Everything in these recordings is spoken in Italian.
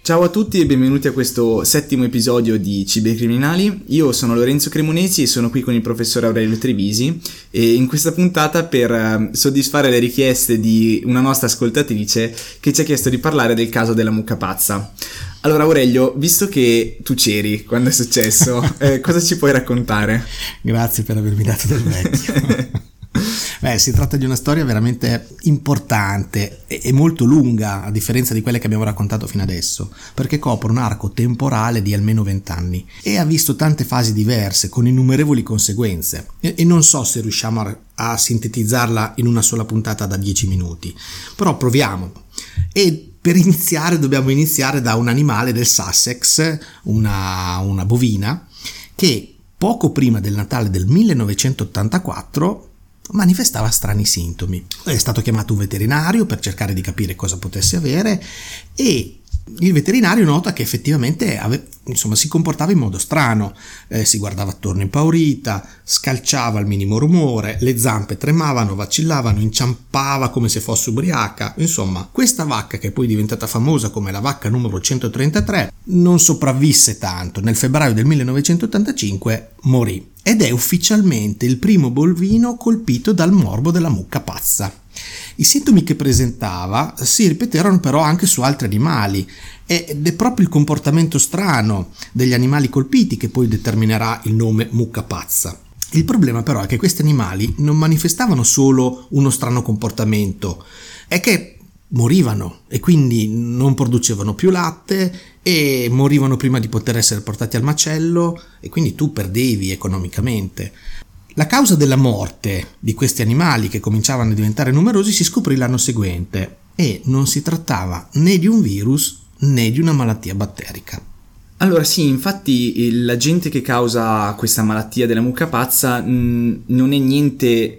Ciao a tutti e benvenuti a questo settimo episodio di Cibi Criminali. Io sono Lorenzo Cremonesi e sono qui con il professor Aurelio Trevisi e in questa puntata per soddisfare le richieste di una nostra ascoltatrice che ci ha chiesto di parlare del caso della mucca pazza. Allora Aurelio, visto che tu c'eri quando è successo, cosa ci puoi raccontare? Grazie per avermi dato del vecchio. Si tratta di una storia veramente importante e molto lunga, a differenza di quelle che abbiamo raccontato fino adesso, perché copre un arco temporale di almeno 20 anni e ha visto tante fasi diverse con innumerevoli conseguenze e non so se riusciamo a sintetizzarla in una sola puntata da 10 minuti, però proviamo. E per iniziare dobbiamo iniziare da un animale del Sussex, una bovina, che poco prima del Natale del 1984 manifestava strani sintomi. È stato chiamato un veterinario per cercare di capire cosa potesse avere e il veterinario nota che effettivamente si comportava in modo strano, si guardava attorno impaurita, scalciava al minimo rumore, le zampe tremavano, vacillavano, inciampava come se fosse ubriaca. Insomma, questa vacca, che poi è diventata famosa come la vacca numero 133, non sopravvisse tanto. Nel febbraio del 1985 morì ed è ufficialmente il primo bovino colpito dal morbo della mucca pazza. I sintomi che presentava si ripeterono però anche su altri animali ed è proprio il comportamento strano degli animali colpiti che poi determinerà il nome mucca pazza. Il problema però è che questi animali non manifestavano solo uno strano comportamento, è che morivano e quindi non producevano più latte e morivano prima di poter essere portati al macello e quindi tu perdevi economicamente. La causa della morte di questi animali, che cominciavano a diventare numerosi, si scoprì l'anno seguente e non si trattava né di un virus né di una malattia batterica. Allora sì, infatti l'agente che causa questa malattia della mucca pazza non è niente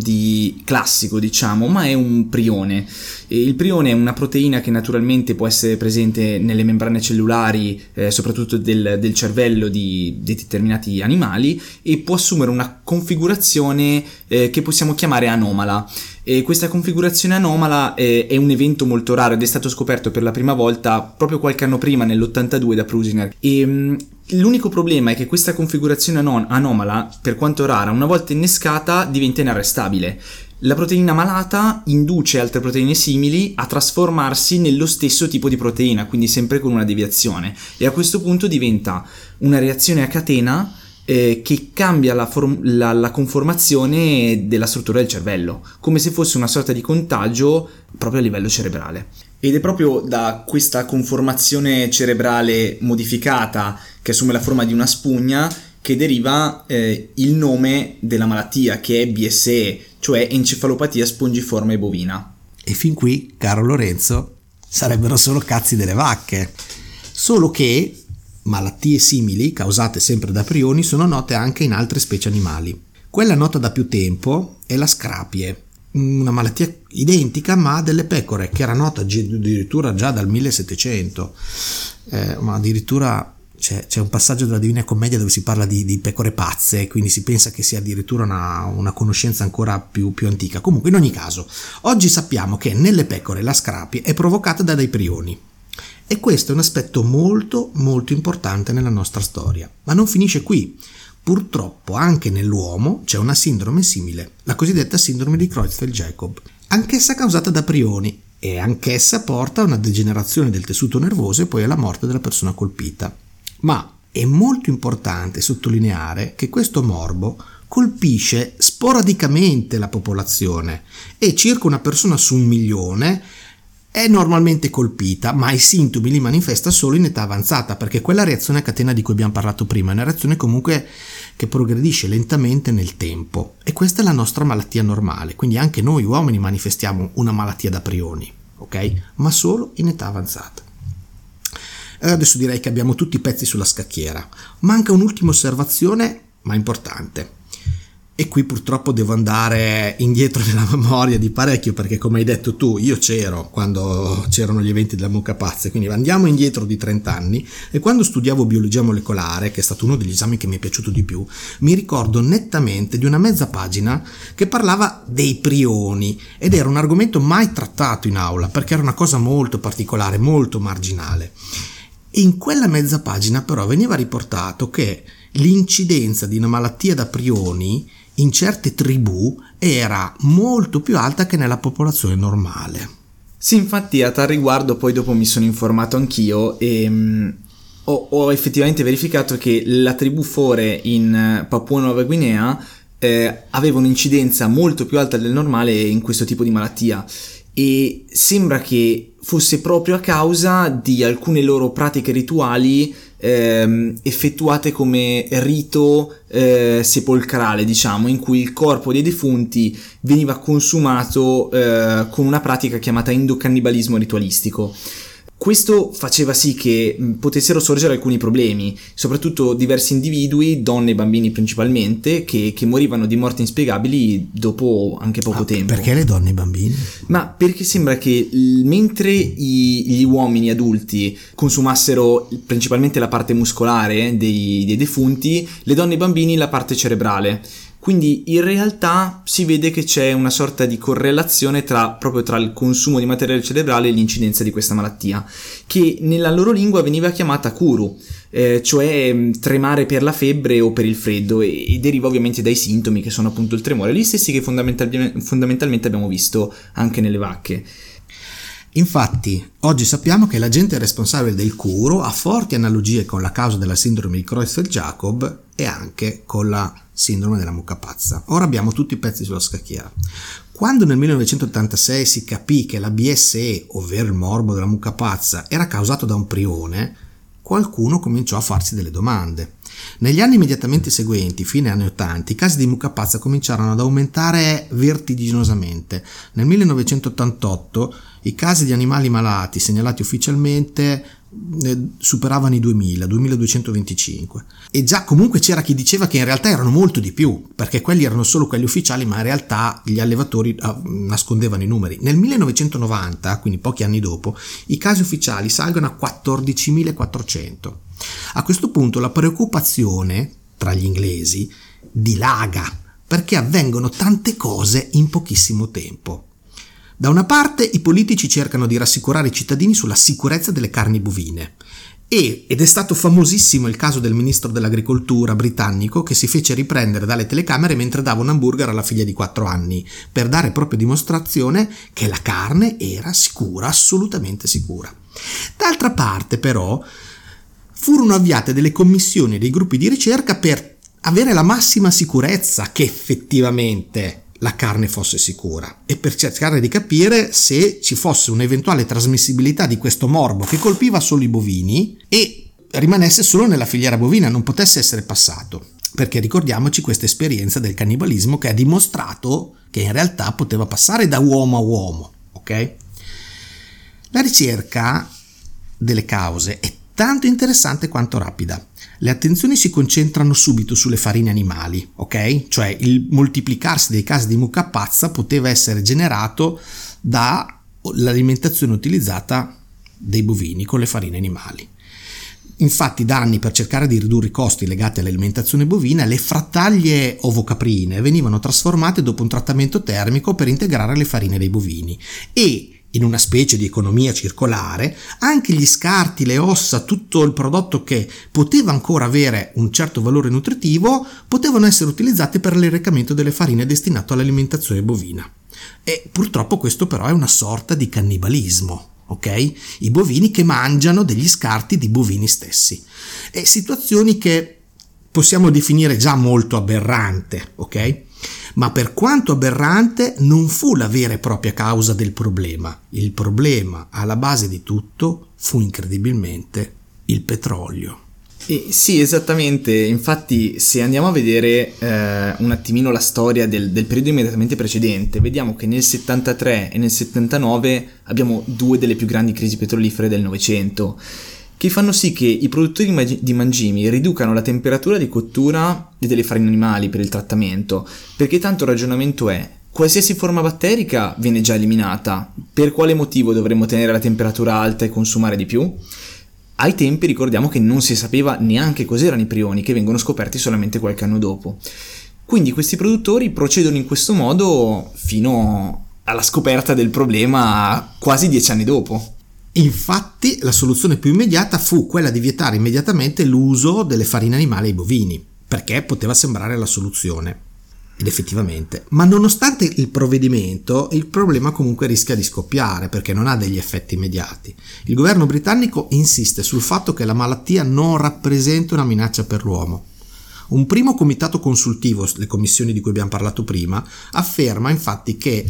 di classico, diciamo, ma è un prione. E il prione è una proteina che naturalmente può essere presente nelle membrane cellulari, soprattutto del cervello di determinati animali, e può assumere una configurazione che possiamo chiamare anomala. E questa configurazione anomala è un evento molto raro ed è stato scoperto per la prima volta proprio qualche anno prima, nell'82, da Prusiner. L'unico problema è che questa configurazione anomala, per quanto rara, una volta innescata diventa inarrestabile. La proteina malata induce altre proteine simili a trasformarsi nello stesso tipo di proteina, quindi sempre con una deviazione, e a questo punto diventa una reazione a catena che cambia la conformazione della struttura del cervello, come se fosse una sorta di contagio proprio a livello cerebrale. Ed è proprio da questa conformazione cerebrale modificata, che assume la forma di una spugna, che deriva il nome della malattia, che è BSE, cioè encefalopatia spongiforme bovina. E fin qui, caro Lorenzo, sarebbero solo cazzi delle vacche. Solo che malattie simili, causate sempre da prioni, sono note anche in altre specie animali. Quella nota da più tempo è la scrapie, una malattia identica ma delle pecore, che era nota addirittura già dal 1700, ma addirittura c'è un passaggio della Divina Commedia dove si parla di pecore pazze, quindi si pensa che sia addirittura una conoscenza ancora più antica. Comunque, in ogni caso, oggi sappiamo che nelle pecore la scrapie è provocata da dei prioni. E questo è un aspetto molto molto importante nella nostra storia. Ma non finisce qui. Purtroppo anche nell'uomo c'è una sindrome simile, la cosiddetta sindrome di Creutzfeldt-Jakob, anch'essa causata da prioni e anch'essa porta a una degenerazione del tessuto nervoso e poi alla morte della persona colpita. Ma è molto importante sottolineare che questo morbo colpisce sporadicamente la popolazione e circa una persona su 1 milione è normalmente colpita, ma i sintomi li manifesta solo in età avanzata, perché quella reazione a catena di cui abbiamo parlato prima è una reazione comunque che progredisce lentamente nel tempo, e questa è la nostra malattia normale, quindi anche noi uomini manifestiamo una malattia da prioni, ok? Ma solo in età avanzata. Adesso direi che abbiamo tutti i pezzi sulla scacchiera. Manca un'ultima osservazione, ma importante. E qui purtroppo devo andare indietro nella memoria di parecchio, perché come hai detto tu, io c'ero quando c'erano gli eventi della mucca pazza, quindi andiamo indietro di 30 anni, e quando studiavo biologia molecolare, che è stato uno degli esami che mi è piaciuto di più, mi ricordo nettamente di una mezza pagina che parlava dei prioni, ed era un argomento mai trattato in aula, perché era una cosa molto particolare, molto marginale. E in quella mezza pagina però veniva riportato che l'incidenza di una malattia da prioni in certe tribù era molto più alta che nella popolazione normale. Sì, infatti a tal riguardo poi dopo mi sono informato anch'io e ho effettivamente verificato che la tribù Fore in Papua Nuova Guinea aveva un'incidenza molto più alta del normale in questo tipo di malattia, e sembra che fosse proprio a causa di alcune loro pratiche rituali effettuate come rito sepolcrale, diciamo, in cui il corpo dei defunti veniva consumato con una pratica chiamata endocannibalismo ritualistico. Questo faceva sì che potessero sorgere alcuni problemi, soprattutto diversi individui, donne e bambini principalmente, che morivano di morti inspiegabili dopo anche poco tempo. Perché le donne e i bambini? Ma perché sembra che mentre gli uomini adulti consumassero principalmente la parte muscolare dei defunti, le donne e i bambini la parte cerebrale. Quindi in realtà si vede che c'è una sorta di correlazione proprio tra il consumo di materiale cerebrale e l'incidenza di questa malattia, che nella loro lingua veniva chiamata kuru, cioè tremare per la febbre o per il freddo, e deriva ovviamente dai sintomi che sono appunto il tremore, gli stessi che fondamentalmente abbiamo visto anche nelle vacche. Infatti, oggi sappiamo che l'agente responsabile del kuru ha forti analogie con la causa della sindrome di Creutzfeldt-Jakob e anche con la sindrome della mucca pazza. Ora abbiamo tutti i pezzi sulla scacchiera. Quando nel 1986 si capì che la BSE, ovvero il morbo della mucca pazza, era causato da un prione, qualcuno cominciò a farsi delle domande. Negli anni immediatamente seguenti, fine anni 80, i casi di mucca pazza cominciarono ad aumentare vertiginosamente. Nel 1988 i casi di animali malati segnalati ufficialmente superavano i 2225, e già comunque c'era chi diceva che in realtà erano molto di più, perché quelli erano solo quelli ufficiali, ma in realtà gli allevatori nascondevano i numeri. Nel 1990, quindi pochi anni dopo, i casi ufficiali salgono a 14.400. A questo punto la preoccupazione tra gli inglesi dilaga, perché avvengono tante cose in pochissimo tempo. Da una parte i politici cercano di rassicurare i cittadini sulla sicurezza delle carni bovine, ed è stato famosissimo il caso del ministro dell'agricoltura britannico che si fece riprendere dalle telecamere mentre dava un hamburger alla figlia di 4 anni, per dare proprio dimostrazione che la carne era sicura, assolutamente sicura. D'altra parte però furono avviate delle commissioni e dei gruppi di ricerca per avere la massima sicurezza che effettivamente la carne fosse sicura, e per cercare di capire se ci fosse un'eventuale trasmissibilità di questo morbo che colpiva solo i bovini e rimanesse solo nella filiera bovina, non potesse essere passato, perché ricordiamoci questa esperienza del cannibalismo che ha dimostrato che in realtà poteva passare da uomo a uomo, ok? La ricerca delle cause è tanto interessante quanto rapida. Le attenzioni si concentrano subito sulle farine animali, ok? Cioè il moltiplicarsi dei casi di mucca pazza poteva essere generato dall'alimentazione utilizzata dei bovini con le farine animali. Infatti da anni, per cercare di ridurre i costi legati all'alimentazione bovina, le frattaglie ovocaprine venivano trasformate dopo un trattamento termico per integrare le farine dei bovini, e in una specie di economia circolare anche gli scarti, le ossa, tutto il prodotto che poteva ancora avere un certo valore nutritivo potevano essere utilizzati per l'arrecamento delle farine destinato all'alimentazione bovina. E purtroppo questo però è una sorta di cannibalismo, ok? I bovini che mangiano degli scarti di bovini stessi, e situazioni che possiamo definire già molto aberrante, ok? Ma per quanto aberrante non fu la vera e propria causa del problema. Il problema alla base di tutto fu incredibilmente il petrolio. Sì, esattamente. Infatti, se andiamo a vedere un attimino la storia del periodo immediatamente precedente, vediamo che nel 73 e nel 79 abbiamo due delle più grandi crisi petrolifere del Novecento. che fanno sì che i produttori di mangimi riducano la temperatura di cottura delle farine animali per il trattamento, perché tanto il ragionamento è: qualsiasi forma batterica viene già eliminata, per quale motivo dovremmo tenere la temperatura alta e consumare di più? Ai tempi ricordiamo che non si sapeva neanche cos'erano i prioni, che vengono scoperti solamente qualche anno dopo. Quindi questi produttori procedono in questo modo fino alla scoperta del problema quasi 10 anni dopo. Infatti la soluzione più immediata fu quella di vietare immediatamente l'uso delle farine animali ai bovini, perché poteva sembrare la soluzione. Ed effettivamente, ma nonostante il provvedimento, il problema comunque rischia di scoppiare perché non ha degli effetti immediati. Il governo britannico insiste sul fatto che la malattia non rappresenta una minaccia per l'uomo. Un primo comitato consultivo, le commissioni di cui abbiamo parlato prima, afferma infatti che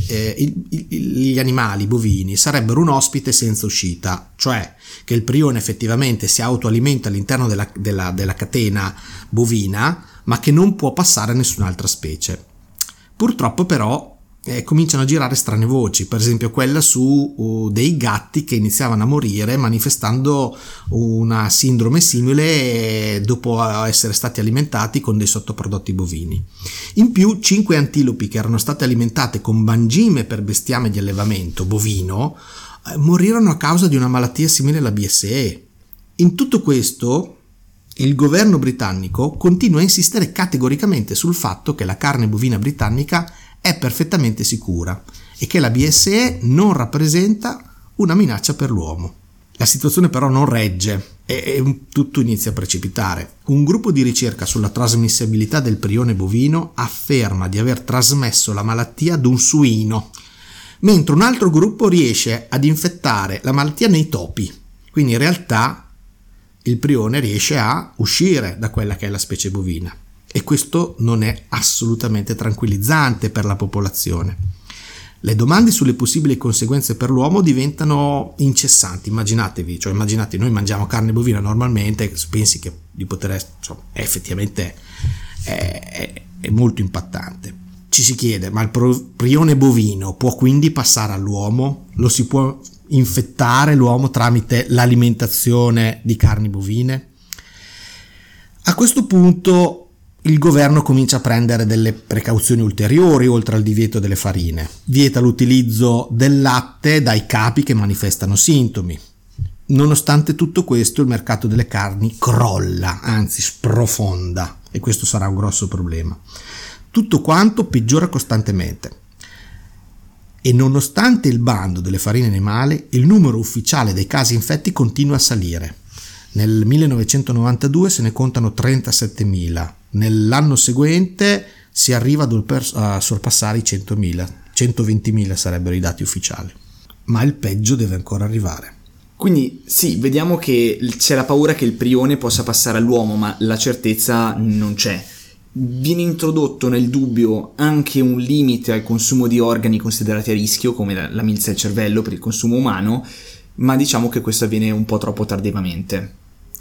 gli animali bovini sarebbero un ospite senza uscita, cioè che il prione effettivamente si autoalimenta all'interno della catena bovina, ma che non può passare a nessun'altra specie. Purtroppo però cominciano a girare strane voci, per esempio quella su dei gatti che iniziavano a morire manifestando una sindrome simile dopo essere stati alimentati con dei sottoprodotti bovini. In più 5 antilopi che erano state alimentate con mangime per bestiame di allevamento bovino morirono a causa di una malattia simile alla BSE. In tutto questo il governo britannico continua a insistere categoricamente sul fatto che la carne bovina britannica è perfettamente sicura e che la BSE non rappresenta una minaccia per l'uomo. La situazione però non regge e tutto inizia a precipitare. Un gruppo di ricerca sulla trasmissibilità del prione bovino afferma di aver trasmesso la malattia ad un suino, mentre un altro gruppo riesce ad infettare la malattia nei topi. Quindi in realtà il prione riesce a uscire da quella che è la specie bovina e questo non è assolutamente tranquillizzante per la popolazione. Le domande sulle possibili conseguenze per l'uomo diventano incessanti. Immaginate, noi mangiamo carne bovina normalmente, pensi che di poter effettivamente è molto impattante. Ci si chiede, ma il prione bovino può quindi passare all'uomo? Lo si può infettare l'uomo tramite l'alimentazione di carni bovine? A questo punto il governo comincia a prendere delle precauzioni ulteriori oltre al divieto delle farine. Vieta l'utilizzo del latte dai capi che manifestano sintomi. Nonostante tutto questo, il mercato delle carni crolla, anzi sprofonda, e questo sarà un grosso problema. Tutto quanto peggiora costantemente. E nonostante il bando delle farine animali, il numero ufficiale dei casi infetti continua a salire. Nel 1992 se ne contano 37.000, nell'anno seguente si arriva a sorpassare i 100.000, 120.000 sarebbero i dati ufficiali, ma il peggio deve ancora arrivare. Quindi sì, vediamo che c'è la paura che il prione possa passare all'uomo, ma la certezza non c'è. Viene introdotto nel dubbio anche un limite al consumo di organi considerati a rischio, come la milza e il cervello per il consumo umano, ma diciamo che questo avviene un po' troppo tardivamente.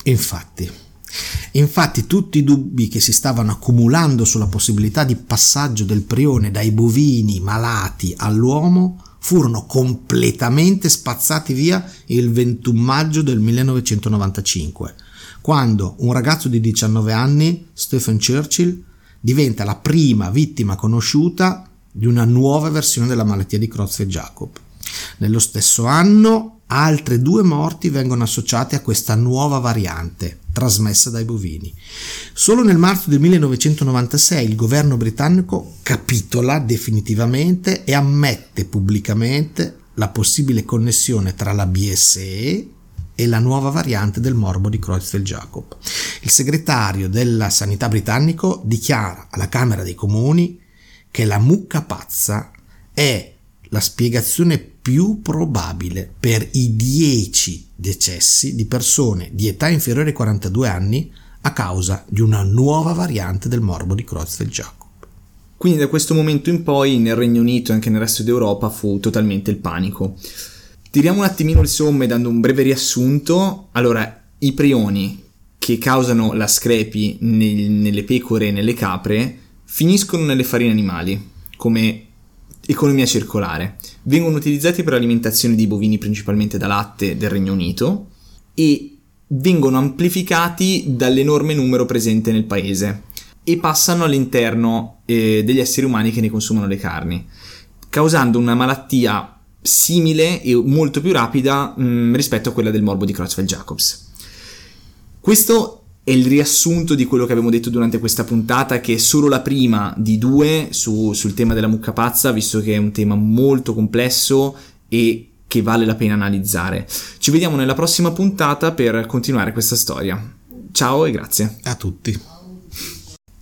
Infatti tutti i dubbi che si stavano accumulando sulla possibilità di passaggio del prione dai bovini malati all'uomo furono completamente spazzati via il 21 maggio del 1995, quando un ragazzo di 19 anni, Stephen Churchill, diventa la prima vittima conosciuta di una nuova versione della malattia di Creutzfeldt-Jakob. Nello stesso anno altre 2 morti vengono associate a questa nuova variante trasmessa dai bovini. Solo nel marzo del 1996 il governo britannico capitola definitivamente e ammette pubblicamente la possibile connessione tra la BSE e la nuova variante del morbo di Creutzfeldt-Jakob. Il segretario della sanità britannico dichiara alla Camera dei Comuni che la mucca pazza è la spiegazione più probabile per i 10 decessi di persone di età inferiore ai 42 anni a causa di una nuova variante del morbo di Creutzfeldt-Jakob. Quindi da questo momento in poi nel Regno Unito e anche nel resto d'Europa fu totalmente il panico. Tiriamo un attimino le somme dando un breve riassunto. Allora, i prioni che causano la screpi nelle pecore e nelle capre finiscono nelle farine animali come economia circolare. Vengono utilizzati per l'alimentazione di bovini principalmente da latte del Regno Unito e vengono amplificati dall'enorme numero presente nel paese e passano all'interno degli esseri umani che ne consumano le carni, causando una malattia simile e molto più rapida rispetto a quella del morbo di Creutzfeldt-Jacobs. Questo è il riassunto di quello che abbiamo detto durante questa puntata, che è solo la prima di due sul tema della mucca pazza, visto che è un tema molto complesso e che vale la pena analizzare. Ci vediamo nella prossima puntata per continuare questa storia. Ciao e grazie. A tutti.